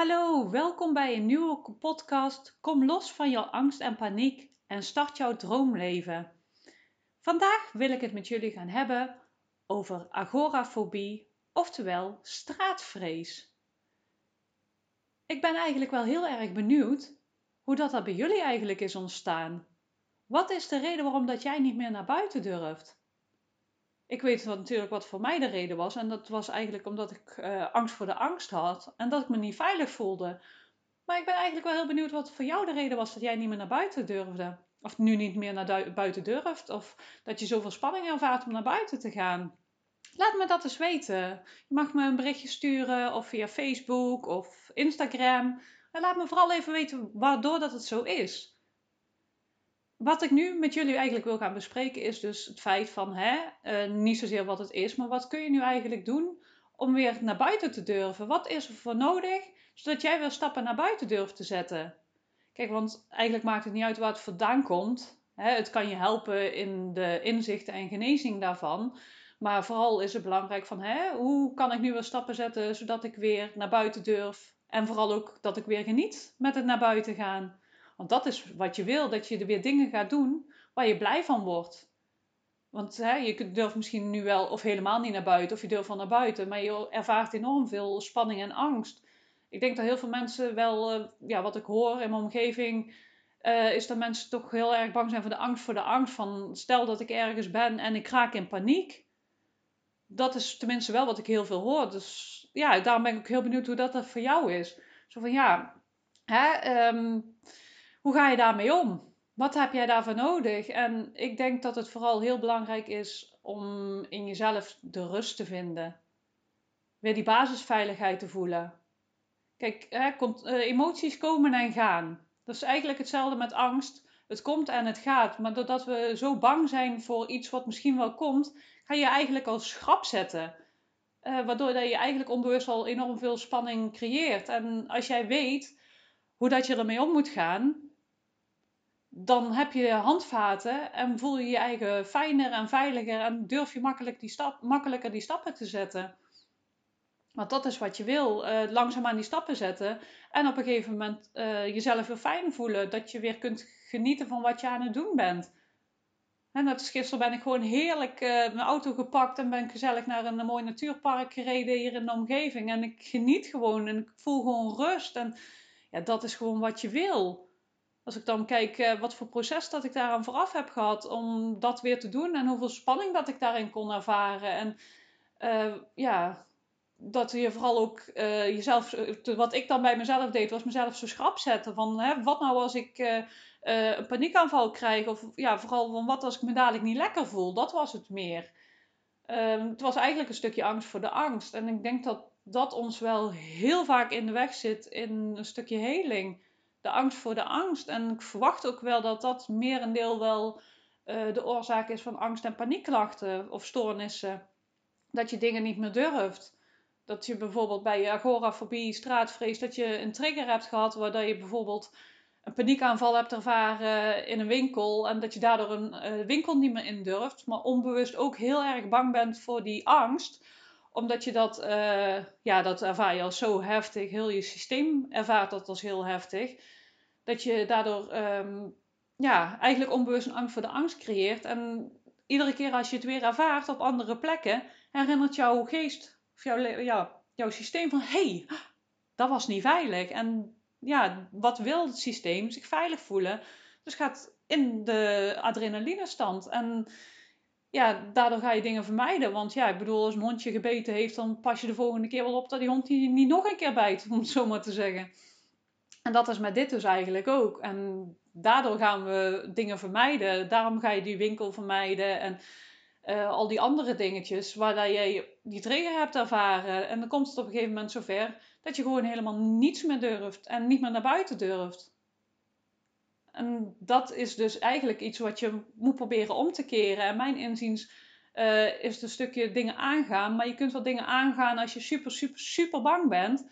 Hallo, welkom bij een nieuwe podcast. Kom los van jouw angst en paniek en start jouw droomleven. Vandaag wil ik het met jullie gaan hebben over agorafobie, oftewel straatvrees. Ik ben eigenlijk wel heel erg benieuwd hoe dat bij jullie eigenlijk is ontstaan. Wat is de reden waarom dat jij niet meer naar buiten durft? Ik weet natuurlijk wat voor mij de reden was en dat was eigenlijk omdat ik angst voor de angst had en dat ik me niet veilig voelde. Maar ik ben eigenlijk wel heel benieuwd wat voor jou de reden was dat jij niet meer naar buiten durfde. Of nu niet meer naar buiten durft. Of dat je zoveel spanning ervaart om naar buiten te gaan. Laat me dat eens weten. Je mag me een berichtje sturen of via Facebook of Instagram. En laat me vooral even weten waardoor dat het zo is. Wat ik nu met jullie eigenlijk wil gaan bespreken is dus het feit van, niet zozeer wat het is, maar wat kun je nu eigenlijk doen om weer naar buiten te durven? Wat is er voor nodig, zodat jij weer stappen naar buiten durft te zetten? Kijk, want eigenlijk maakt het niet uit waar het vandaan komt. Het kan je helpen in de inzichten en genezing daarvan. Maar vooral is het belangrijk van, hoe kan ik nu weer stappen zetten, zodat ik weer naar buiten durf? En vooral ook dat ik weer geniet met het naar buiten gaan. Want dat is wat je wil, dat je er weer dingen gaat doen waar je blij van wordt. Want je durft misschien nu wel of helemaal niet naar buiten, of je durft wel naar buiten, maar je ervaart enorm veel spanning en angst. Ik denk dat heel veel mensen wel, wat ik hoor in mijn omgeving, is dat mensen toch heel erg bang zijn voor de angst. Van stel dat ik ergens ben en ik raak in paniek. Dat is tenminste wel wat ik heel veel hoor. Dus ja, daarom ben ik ook heel benieuwd hoe dat voor jou is. Zo van ja, hè, hoe ga je daarmee om? Wat heb jij daarvoor nodig? En ik denk dat het vooral heel belangrijk is om in jezelf de rust te vinden. Weer die basisveiligheid te voelen. Kijk, emoties komen en gaan. Dat is eigenlijk hetzelfde met angst. Het komt en het gaat. Maar doordat we zo bang zijn voor iets wat misschien wel komt, ga je eigenlijk al schrap zetten. Waardoor dat je eigenlijk onbewust al enorm veel spanning creëert. En als jij weet hoe dat je ermee om moet gaan, dan heb je handvaten en voel je je eigen fijner en veiliger en durf je makkelijker die stappen te zetten. Want dat is wat je wil, langzaamaan die stappen zetten en op een gegeven moment jezelf weer fijn voelen. Dat je weer kunt genieten van wat je aan het doen bent. En net als gisteren ben ik gewoon heerlijk mijn auto gepakt en ben ik gezellig naar een mooi natuurpark gereden hier in de omgeving. En ik geniet gewoon en ik voel gewoon rust. En ja, dat is gewoon wat je wil. Als ik dan kijk wat voor proces dat ik daaraan vooraf heb gehad om dat weer te doen en hoeveel spanning dat ik daarin kon ervaren. En ja, dat je vooral ook jezelf, wat ik dan bij mezelf deed, was mezelf zo schrap zetten van wat nou als ik een paniekaanval krijg of ja, vooral van wat als ik me dadelijk niet lekker voel. Dat was het meer. Het was eigenlijk een stukje angst voor de angst. En ik denk dat dat ons wel heel vaak in de weg zit in een stukje heling. De angst voor de angst. En ik verwacht ook wel dat dat merendeel wel de oorzaak is van angst- en paniekklachten of stoornissen. Dat je dingen niet meer durft. Dat je bijvoorbeeld bij je agorafobie, straatvrees, dat je een trigger hebt gehad waardoor je bijvoorbeeld een paniekaanval hebt ervaren in een winkel en dat je daardoor een winkel niet meer in durft, maar onbewust ook heel erg bang bent voor die angst, omdat je dat ervaar je als zo heftig, heel je systeem ervaart dat als heel heftig, dat je daardoor eigenlijk onbewust een angst voor de angst creëert en iedere keer als je het weer ervaart op andere plekken, herinnert jouw geest of jouw systeem van hey, dat was niet veilig. En ja, wat wil het systeem? Zich veilig voelen. Dus gaat in de adrenalinestand. En ja, daardoor ga je dingen vermijden. Want ja, ik bedoel, als een hondje gebeten heeft, dan pas je de volgende keer wel op dat die hond die niet nog een keer bijt, om het zo maar te zeggen. En dat is met dit dus eigenlijk ook. En daardoor gaan we dingen vermijden. Daarom ga je die winkel vermijden en al die andere dingetjes waar jij die trigger hebt ervaren. En dan komt het op een gegeven moment zover dat je gewoon helemaal niets meer durft en niet meer naar buiten durft. En dat is dus eigenlijk iets wat je moet proberen om te keren. En mijn inziens is het een stukje dingen aangaan. Maar je kunt wel dingen aangaan als je super, super, super bang bent.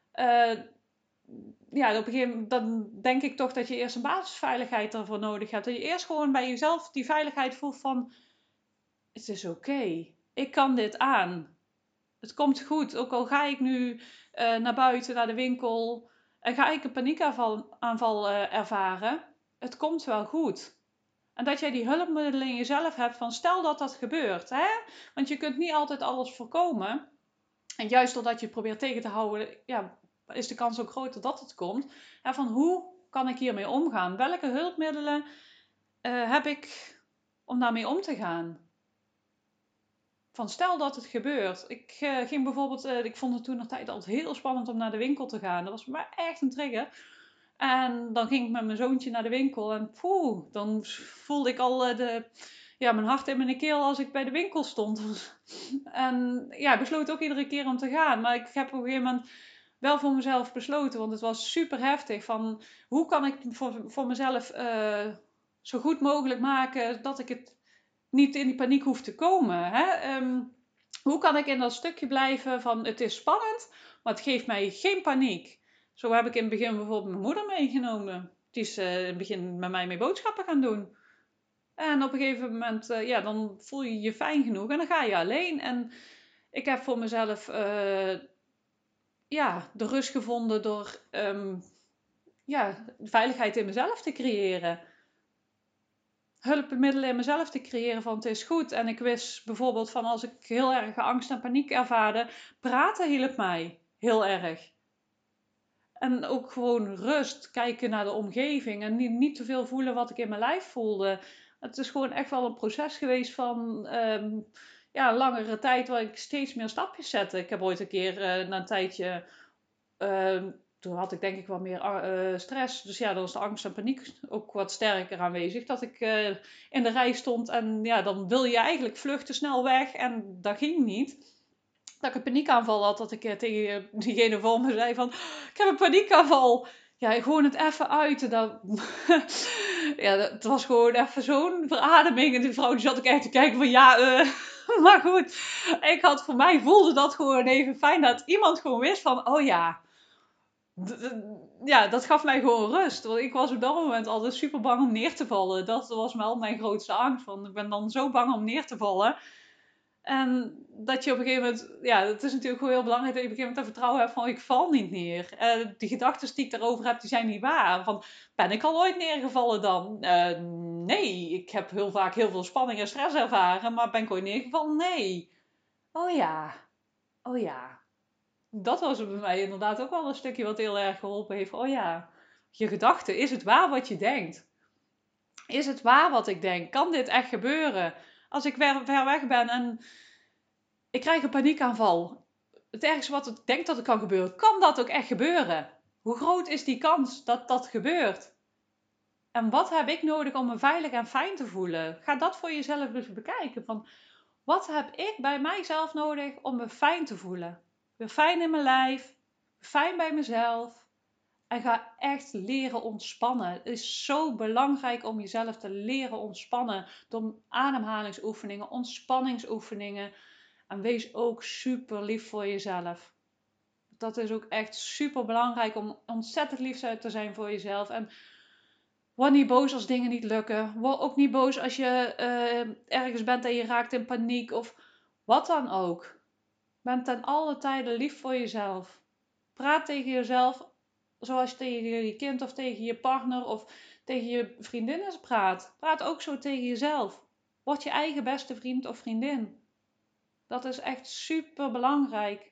Ja, op een gegeven moment dan denk ik toch dat je eerst een basisveiligheid ervoor nodig hebt. Dat je eerst gewoon bij jezelf die veiligheid voelt van het is oké. Ik kan dit aan. Het komt goed. Ook al ga ik nu naar buiten, naar de winkel. En ga ik een paniekaanval ervaren. Het komt wel goed. En dat jij die hulpmiddelen in jezelf hebt van stel dat dat gebeurt. Hè? Want je kunt niet altijd alles voorkomen. En juist doordat je het probeert tegen te houden, ja, is de kans ook groter dat het komt. En van hoe kan ik hiermee omgaan? Welke hulpmiddelen heb ik om daarmee om te gaan? Van stel dat het gebeurt. Ik ging bijvoorbeeld, ik vond het toen nog tijd altijd heel spannend om naar de winkel te gaan. Dat was voor mij echt een trigger. En dan ging ik met mijn zoontje naar de winkel en dan voelde ik al mijn hart in mijn keel als ik bij de winkel stond. En ja, ik besloot ook iedere keer om te gaan. Maar ik heb op een gegeven moment wel voor mezelf besloten, want het was super heftig. Van hoe kan ik voor mezelf zo goed mogelijk maken dat ik het niet in die paniek hoef te komen. Hè? Hoe kan ik in dat stukje blijven van het is spannend, maar het geeft mij geen paniek. Zo heb ik in het begin bijvoorbeeld mijn moeder meegenomen. Die is in het begin met mij mee boodschappen gaan doen. En op een gegeven moment, dan voel je je fijn genoeg en dan ga je alleen. En ik heb voor mezelf de rust gevonden door veiligheid in mezelf te creëren. Hulpmiddelen in mezelf te creëren van het is goed. En ik wist bijvoorbeeld van als ik heel erg angst en paniek ervaarde, praten hielp mij heel erg. En ook gewoon rust, kijken naar de omgeving en niet te veel voelen wat ik in mijn lijf voelde. Het is gewoon echt wel een proces geweest van langere tijd waar ik steeds meer stapjes zette. Ik heb ooit een keer na een tijdje, toen had ik denk ik wat meer stress. Dus ja, dan was de angst en paniek ook wat sterker aanwezig. Dat ik in de rij stond en ja, dan wil je eigenlijk vluchten snel weg en dat ging niet. Dat ik een paniekaanval had, dat ik tegen diegene voor me zei van, ik heb een paniekaanval. Ja, gewoon het even uiten. Het was gewoon even zo'n verademing. En die vrouw die zat ook echt te kijken van, maar goed. Voor mij voelde dat gewoon even fijn dat iemand gewoon wist van, oh ja. Dat gaf mij gewoon rust. Want ik was op dat moment altijd super bang om neer te vallen. Dat was wel mijn grootste angst. Want ik ben dan zo bang om neer te vallen. En dat je op een gegeven moment, het is natuurlijk gewoon heel belangrijk dat je op een gegeven moment vertrouwen hebt van ik val niet neer. Die gedachten die ik daarover heb, die zijn niet waar. Van, ben ik al ooit neergevallen dan? Nee, ik heb heel vaak heel veel spanning en stress ervaren, maar ben ik ooit neergevallen? Nee. Oh ja, oh ja. Dat was bij mij inderdaad ook wel een stukje wat heel erg geholpen heeft. Oh ja, je gedachten, is het waar wat je denkt? Is het waar wat ik denk? Kan dit echt gebeuren? Als ik ver weg ben en ik krijg een paniekaanval. Het ergste wat ik denk dat het kan gebeuren, kan dat ook echt gebeuren? Hoe groot is die kans dat dat gebeurt? En wat heb ik nodig om me veilig en fijn te voelen? Ga dat voor jezelf dus bekijken. Van, wat heb ik bij mijzelf nodig om me fijn te voelen? Weer fijn in mijn lijf, fijn bij mezelf. En ga echt leren ontspannen. Het is zo belangrijk om jezelf te leren ontspannen. Door ademhalingsoefeningen, ontspanningsoefeningen. En wees ook super lief voor jezelf. Dat is ook echt super belangrijk om ontzettend lief te zijn voor jezelf. En word niet boos als dingen niet lukken. Word ook niet boos als je ergens bent en je raakt in paniek of wat dan ook. Ben ten alle tijde lief voor jezelf. Praat tegen jezelf zoals je tegen je kind of tegen je partner of tegen je vriendinnen praat. Praat ook zo tegen jezelf. Word je eigen beste vriend of vriendin. Dat is echt super belangrijk.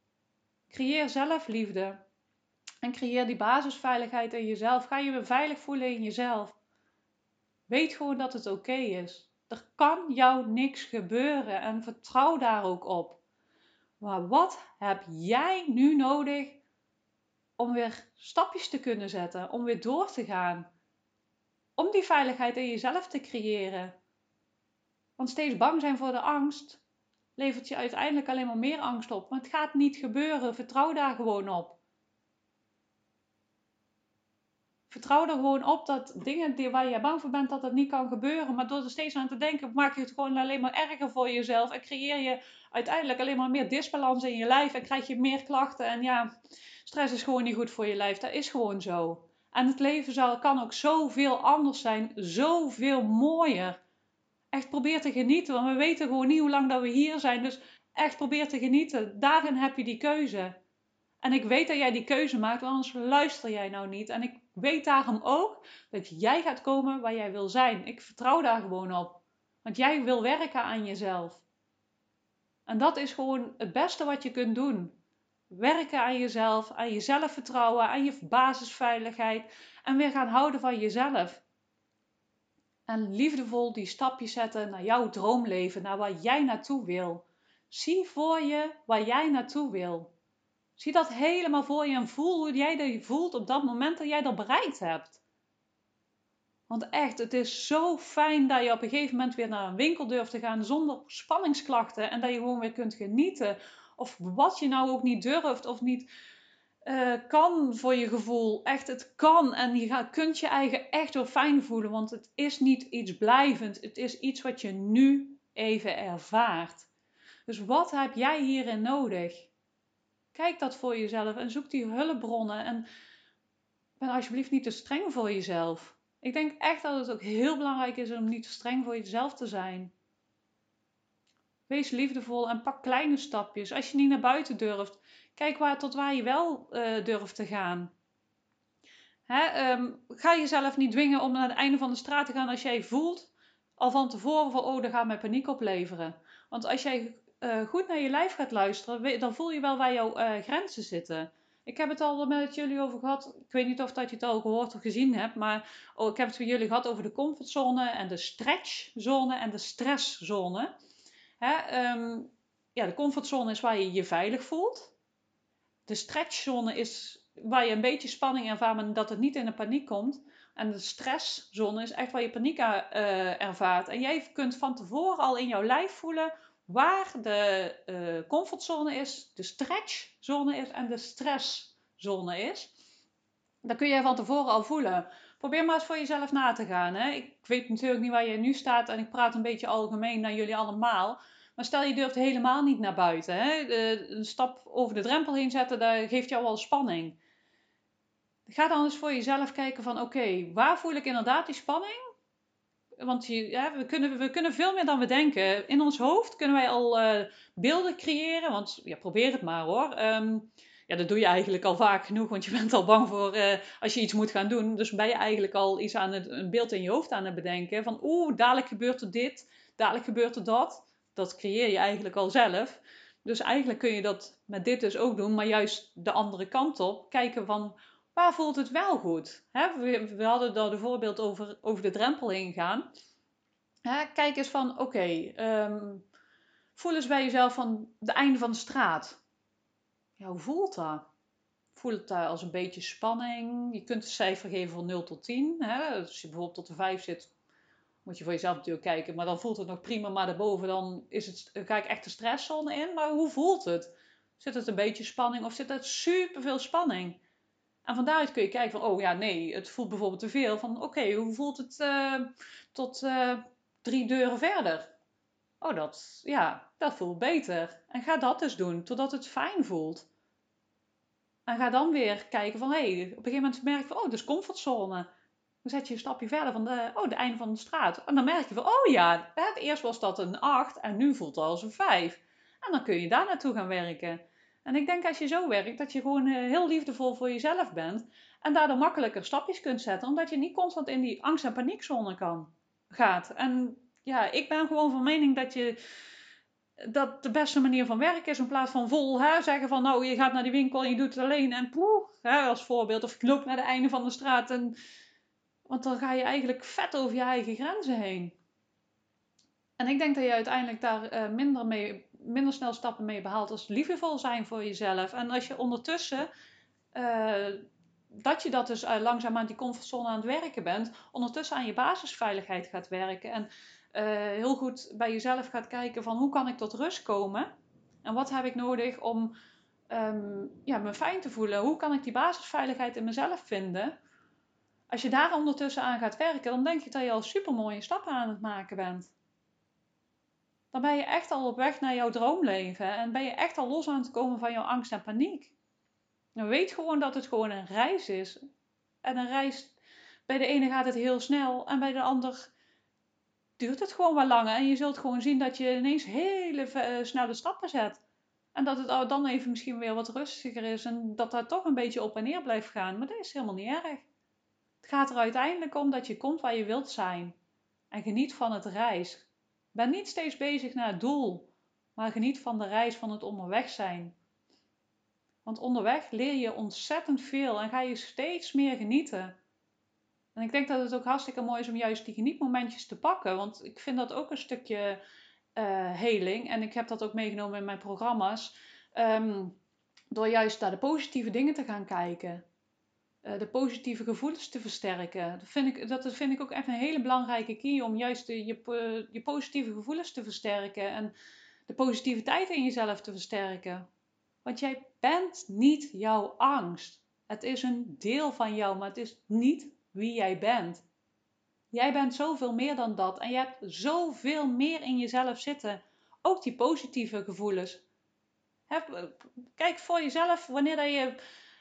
Creëer zelfliefde. En creëer die basisveiligheid in jezelf. Ga je weer veilig voelen in jezelf. Weet gewoon dat het oké is. Er kan jou niks gebeuren en vertrouw daar ook op. Maar wat heb jij nu nodig om weer stapjes te kunnen zetten? Om weer door te gaan? Om die veiligheid in jezelf te creëren? Want steeds bang zijn voor de angst levert je uiteindelijk alleen maar meer angst op. Maar het gaat niet gebeuren. Vertrouw daar gewoon op. Vertrouw er gewoon op dat dingen waar je bang voor bent, dat het niet kan gebeuren. Maar door er steeds aan te denken, maak je het gewoon alleen maar erger voor jezelf. En creëer je uiteindelijk alleen maar meer disbalans in je lijf. En krijg je meer klachten. En ja, stress is gewoon niet goed voor je lijf. Dat is gewoon zo. En het leven kan ook zoveel anders zijn. Zoveel mooier. Echt probeer te genieten. Want we weten gewoon niet hoe lang dat we hier zijn. Dus Echt probeer te genieten. Daarin heb je die keuze. En ik weet dat jij die keuze maakt, want anders luister jij nou niet. En ik weet daarom ook dat jij gaat komen waar jij wil zijn. Ik vertrouw daar gewoon op. Want jij wil werken aan jezelf. En dat is gewoon het beste wat je kunt doen. Werken aan jezelf, aan je zelfvertrouwen, aan je basisveiligheid. En weer gaan houden van jezelf. En liefdevol die stapjes zetten naar jouw droomleven, naar waar jij naartoe wil. Zie voor je waar jij naartoe wil. Zie dat helemaal voor je en voel hoe jij je voelt op dat moment dat jij dat bereikt hebt. Want echt, het is zo fijn dat je op een gegeven moment weer naar een winkel durft te gaan zonder spanningsklachten. En dat je gewoon weer kunt genieten. Of wat je nou ook niet durft of niet kan voor je gevoel. Echt, het kan. En je kunt je eigen echt wel fijn voelen. Want het is niet iets blijvend. Het is iets wat je nu even ervaart. Dus wat heb jij hierin nodig? Kijk dat voor jezelf en zoek die hulpbronnen. En ben alsjeblieft niet te streng voor jezelf. Ik denk echt dat het ook heel belangrijk is om niet te streng voor jezelf te zijn. Wees liefdevol en pak kleine stapjes. Als je niet naar buiten durft, kijk tot waar je wel durft te gaan. Ga jezelf niet dwingen om naar het einde van de straat te gaan als jij voelt al van tevoren van dat gaat mij paniek opleveren. Want als jij goed naar je lijf gaat luisteren, dan voel je wel waar jouw grenzen zitten. Ik heb het al met jullie over gehad. Ik weet niet of dat je het al gehoord of gezien hebt, maar ik heb het met jullie gehad over de comfortzone en de stretchzone en de stresszone. De comfortzone is waar je je veilig voelt. De stretchzone is waar je een beetje spanning ervaart, maar dat het niet in de paniek komt. En de stresszone is echt waar je paniek ervaart. En jij kunt van tevoren al in jouw lijf voelen waar de comfortzone is, de stretchzone is en de stresszone is. Dat kun je van tevoren al voelen. Probeer maar eens voor jezelf na te gaan. Hè? Ik weet natuurlijk niet waar je nu staat en ik praat een beetje algemeen naar jullie allemaal. Maar stel je durft helemaal niet naar buiten. Hè? Een stap over de drempel heen zetten, dat geeft jou al spanning. Ga dan eens voor jezelf kijken van oké, waar voel ik inderdaad die spanning? Want we kunnen veel meer dan we denken. In ons hoofd kunnen wij al beelden creëren. Want probeer het maar hoor. Dat doe je eigenlijk al vaak genoeg. Want je bent al bang voor als je iets moet gaan doen. Dus ben je eigenlijk al iets een beeld in je hoofd aan het bedenken. Van dadelijk gebeurt er dit. Dadelijk gebeurt er dat. Dat creëer je eigenlijk al zelf. Dus eigenlijk kun je dat met dit dus ook doen. Maar juist de andere kant op. Kijken van waar voelt het wel goed? We hadden daar de voorbeeld over de drempel heen gaan. Kijk eens van, voel eens bij jezelf van het einde van de straat. Ja, hoe voelt dat? Voelt het daar als een beetje spanning? Je kunt een cijfer geven van 0 tot 10. Als je bijvoorbeeld tot de 5 zit, moet je voor jezelf natuurlijk kijken. Maar dan voelt het nog prima, maar daarboven dan ga ik echt de stresszone in. Maar hoe voelt het? Zit het een beetje spanning of zit het superveel spanning? En van daaruit kun je kijken van, het voelt bijvoorbeeld te veel. Van, hoe voelt het tot 3 deuren verder? Dat voelt beter. En ga dat dus doen, totdat het fijn voelt. En ga dan weer kijken van, op een gegeven moment merk je van, dat is comfortzone. Dan zet je een stapje verder van, de einde van de straat. En dan merk je van, eerst was dat een 8 en nu voelt het als een 5. En dan kun je daar naartoe gaan werken. En ik denk als je zo werkt, dat je gewoon heel liefdevol voor jezelf bent. En daardoor makkelijker stapjes kunt zetten, omdat je niet constant in die angst- en paniekzone gaat. En ik ben gewoon van mening dat de beste manier van werken is in plaats van zeggen van je gaat naar die winkel en je doet het alleen en als voorbeeld. Of je loopt naar het einde van de straat want dan ga je eigenlijk vet over je eigen grenzen heen. En ik denk dat je uiteindelijk daar minder snel stappen mee behaalt als liefdevol zijn voor jezelf. En als je ondertussen, dat je dat dus langzaam aan die comfortzone aan het werken bent, ondertussen aan je basisveiligheid gaat werken. En heel goed bij jezelf gaat kijken van hoe kan ik tot rust komen? En wat heb ik nodig om me fijn te voelen? Hoe kan ik die basisveiligheid in mezelf vinden? Als je daar ondertussen aan gaat werken, dan denk ik dat je al supermooie stappen aan het maken bent. Dan ben je echt al op weg naar jouw droomleven. En ben je echt al los aan het komen van jouw angst en paniek. Dan weet gewoon dat het gewoon een reis is. En een reis, bij de ene gaat het heel snel. En bij de ander duurt het gewoon wat langer. En je zult gewoon zien dat je ineens hele snelle stappen zet. En dat het dan even misschien weer wat rustiger is. En dat dat toch een beetje op en neer blijft gaan. Maar dat is helemaal niet erg. Het gaat er uiteindelijk om dat je komt waar je wilt zijn. En geniet van het reis. Ben niet steeds bezig naar het doel. Maar geniet van de reis, van het onderweg zijn. Want onderweg leer je ontzettend veel. En ga je steeds meer genieten. En ik denk dat het ook hartstikke mooi is om juist die genietmomentjes te pakken. Want ik vind dat ook een stukje heling. En ik heb dat ook meegenomen in mijn programma's. Door juist naar de positieve dingen te gaan kijken. De positieve gevoelens te versterken. Dat vind ik ook echt een hele belangrijke key. Om juist je positieve gevoelens te versterken. En de positiviteit in jezelf te versterken. Want jij bent niet jouw angst. Het is een deel van jou, maar het is niet wie jij bent. Jij bent zoveel meer dan dat. En je hebt zoveel meer in jezelf zitten. Ook die positieve gevoelens. Kijk voor jezelf, wanneer dat je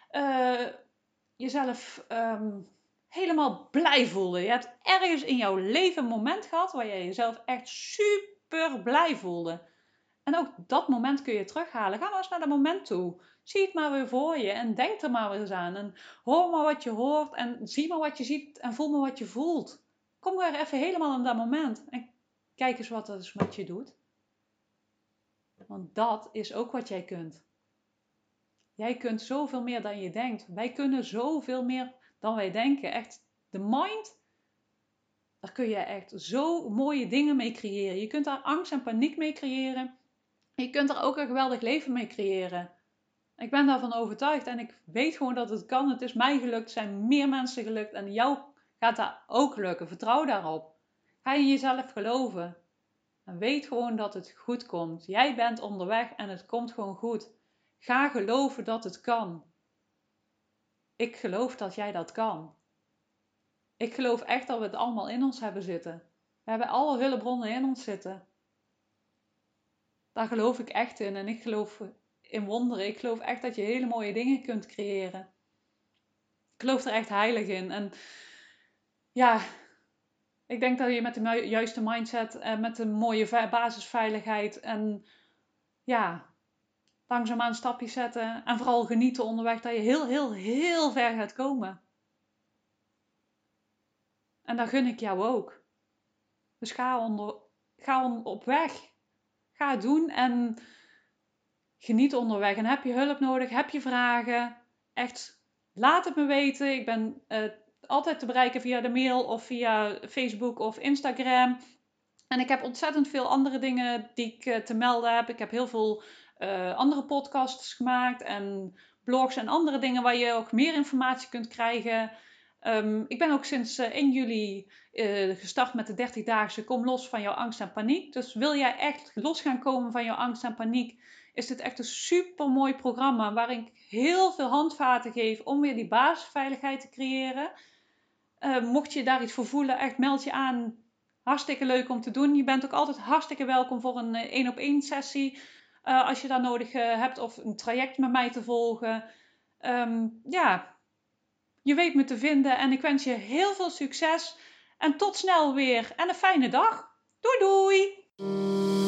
jezelf helemaal blij voelde. Je hebt ergens in jouw leven een moment gehad waar je jezelf echt super blij voelde. En ook dat moment kun je terughalen. Ga maar eens naar dat moment toe. Zie het maar weer voor je en denk er maar weer eens aan. En hoor maar wat je hoort en zie maar wat je ziet en voel maar wat je voelt. Kom maar even helemaal in dat moment en kijk eens wat dat eens met je doet. Want dat is ook wat jij kunt. Jij kunt zoveel meer dan je denkt. Wij kunnen zoveel meer dan wij denken. Echt, de mind, daar kun je echt zo mooie dingen mee creëren. Je kunt daar angst en paniek mee creëren. Je kunt er ook een geweldig leven mee creëren. Ik ben daarvan overtuigd en ik weet gewoon dat het kan. Het is mij gelukt, er zijn meer mensen gelukt en jou gaat dat ook lukken. Vertrouw daarop. Ga in jezelf geloven. En weet gewoon dat het goed komt. Jij bent onderweg en het komt gewoon goed. Ga geloven dat het kan. Ik geloof dat jij dat kan. Ik geloof echt dat we het allemaal in ons hebben zitten. We hebben alle hulpbronnen in ons zitten. Daar geloof ik echt in. En ik geloof in wonderen. Ik geloof echt dat je hele mooie dingen kunt creëren. Ik geloof er echt heilig in. En ja, ik denk dat je met de juiste mindset en met een mooie basisveiligheid en ja, langzaamaan stapjes zetten en vooral genieten onderweg, dat je heel ver gaat komen. En dat gun ik jou ook. Dus ga op weg. Ga het doen en geniet onderweg. En heb je hulp nodig? Heb je vragen? Echt, laat het me weten. Ik ben altijd te bereiken via de mail of via Facebook of Instagram. En ik heb ontzettend veel andere dingen die ik te melden heb. Ik heb heel veel andere podcasts gemaakt en blogs en andere dingen waar je ook meer informatie kunt krijgen. Ik ben ook sinds 1 juli gestart met de 30-daagse Kom los van jouw angst en paniek. Dus wil jij echt los gaan komen van jouw angst en paniek, is dit echt een super mooi programma waarin ik heel veel handvaten geef om weer die basisveiligheid te creëren. Mocht je daar iets voor voelen, echt meld je aan. Hartstikke leuk om te doen. Je bent ook altijd hartstikke welkom voor een 1-op-1 sessie. Als je dat nodig hebt of een traject met mij te volgen. Ja, je weet me te vinden en ik wens je heel veel succes. En tot snel weer en een fijne dag. Doei doei!